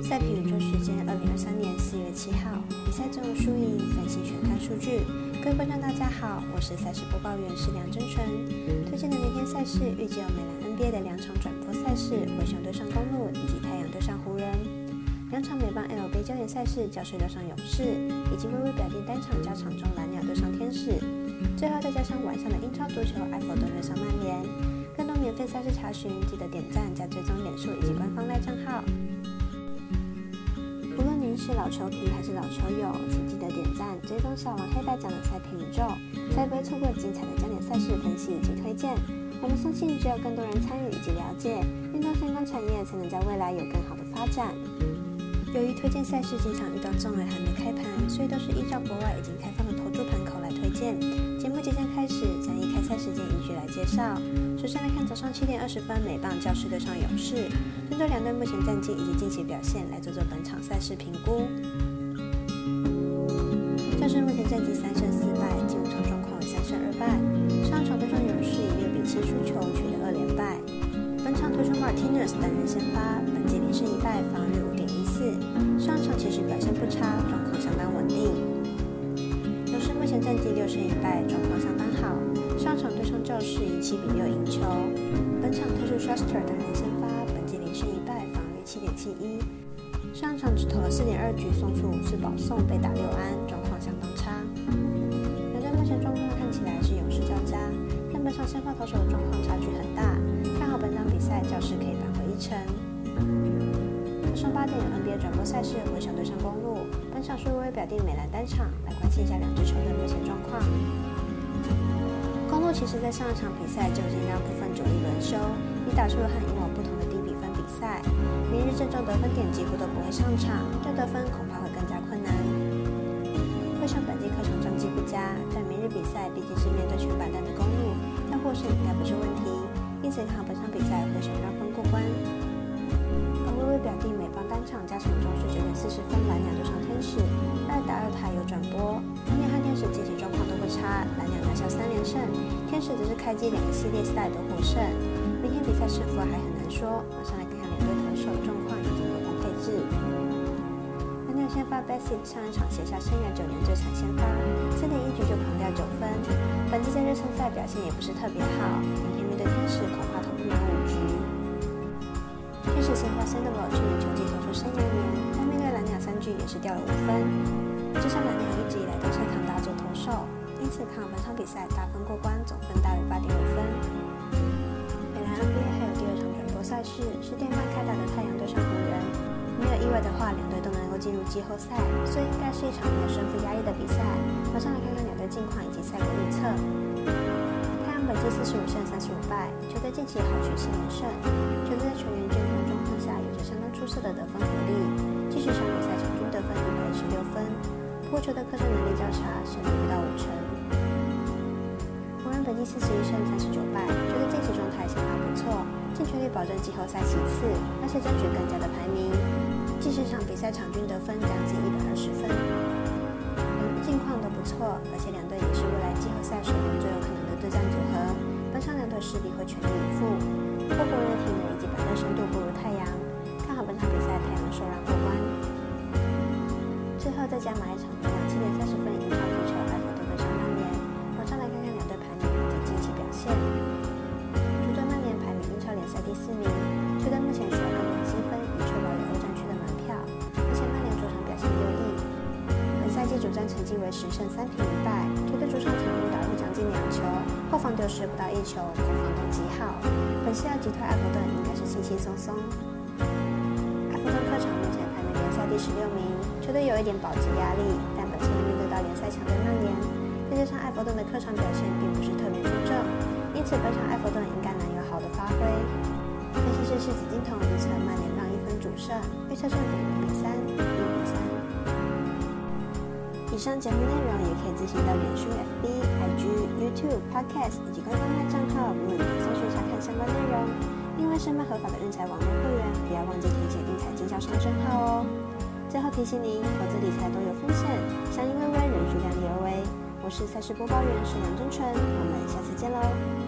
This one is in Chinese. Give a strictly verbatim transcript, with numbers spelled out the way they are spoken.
赛评宇宙时间二零二三年四月七号，比赛总有输赢，分析全看数据。各位观众大家好，我是赛事播报员是梁真纯。推荐的明天赛事预计有美篮 N B A 的两场转播赛事，灰熊对上公鹿以及太阳对上湖人。两场美邦 L 杯焦点赛事，教士对上勇士，以及微微表定单场加场中蓝鸟对上天使。最后再加上晚上的英超足球，埃弗顿对上曼联。更多免费赛事查询，记得点赞加追踪脸书以及官方赖账号。无论您是老球皮还是老球友，请记得点赞追踪小王黑白奖的赛评宇宙，才不会错过精彩的焦点赛事分析以及推荐。我们相信，只有更多人参与以及了解运动相关产业，才能在未来有更好的发展。由于推荐赛事经常遇到纵垒还没开盘，所以都是依照国外已经开放的投注盘口来推荐。节目即将开始，将以开赛时间依据来介绍。首先来看早上七点二十分，美棒教士对上勇士，针对两队目前战绩以及近期表现来做做本场赛事评估。教士目前战绩三胜四败，近五场状况为三胜二败。上场对上勇士以六比七输球，取得二连败。本场推出 Martinez 单人先发，本季零胜一败，防御五点一四。上场其实表现不差，状况相当稳定。勇士目前战绩六胜一败，状况相当好。上场对上教士以七比六赢球。本场推出 Shuster 单人先发，本季零胜一败，防御七点七一。上场只投了四点二局，送出五次保送，被打六安，状况相当差。两队目前状况看起来是勇士较佳，但本场先发投手的状况差距很大，看好本场比赛教士可以扳回一城。早上八点 N B A 转播赛事，灰熊对上公鹿。本场是微微表定美篮单场，来关心一下两支球队目前状况。公鹿其实在上一场比赛就已经让部分主力轮休，已打出了和以往不同的低比分比赛。明日正中得分点几乎都不会上场，要得分恐怕会更加困难。灰熊本季客场战绩不佳，但明日比赛毕竟是面对全板凳的公鹿，要获胜应该不是问题，因此看好本场比赛灰熊让分过关。而微微表定美邦单场加场中是九点四十分，蓝鸟对上天使，二打二台有转播。蓝鸟和天使近期状况都不差，蓝鸟拿下三连胜，天使只是开机两个系列赛都获胜。明天比赛胜负还很难说，马上来看看两队投手状况以及牛棚配置。蓝鸟先发 Bassett 上一场写下生涯九年最惨先发，三点一局就狂掉九分。本季在热身赛表现也不是特别好，明天面对天使恐怕投不满五局。天使先发 Sandoval 去年球季投出生涯年，但面对蓝鸟三局也是掉了五分。加上蓝鸟一直以来都擅长打左投手，因此看好本场比赛大分过关，总分大约八点五分。美篮 N B A 还有第二场转播赛事是电饭开打的太阳对上湖人。没有意外的话，两队都能够进入季后赛，所以应该是一场没有胜负压力的比赛。马上来看看两队近况以及赛果预测。太阳本季四十五胜三十五败，球队近期好取七连胜，球队在球员健康状况下有着相当出色的得分火力，即使上比赛场均得分一百一十六分，不过球队客战能力较差，胜率不到五成。湖人本季四十一胜三十九败，球队近期状态相当不错，尽全力保证季后赛席次，而且争取更加的排名。即使场比赛场均得分将近一百二十分，近况都不错，而且两队也是未来季后赛首轮最有可能的对战组合。本场两队势必会全力以赴，不过湖人的体能以及板凳深度不如太阳，看好本场比赛太阳受让过关。最后再加码一场明晚七点三十分英超足球埃弗顿对上曼联，马上来看看两队排名以及近期表现。主队曼联排名英超联赛第四名，球队目前需要更多积分以确保有欧战区的门票，而且曼联主场表现优异。本赛季主战成绩为十胜三平一败，球队主场场均打入将近两球，后防丢失不到一球，攻防都极好。本次要击退埃弗顿应该是轻轻松松。埃弗顿客场目前排名联赛第十六名，球队有一点保级压力，但本次面对到联赛强队曼联，再加上埃弗顿的客场表现并不是特别出众，因此本场埃弗顿应该能有好的发挥。分析师是紫金童预测曼联让一分主胜，预测胜比零比三、一比三。以上节目内容也可以自行到脸书、F B、I G、YouTube、Podcast 以及官方赖账号，如果你可以搜寻查看相关内容。另外，申办合法的运彩网络会员，不要忘记填写运彩经销商证号哦。最后提醒您，投资理财都有风险，相依为微，人需量力而为。我是赛事播报员沈梁真纯，我们下次见喽。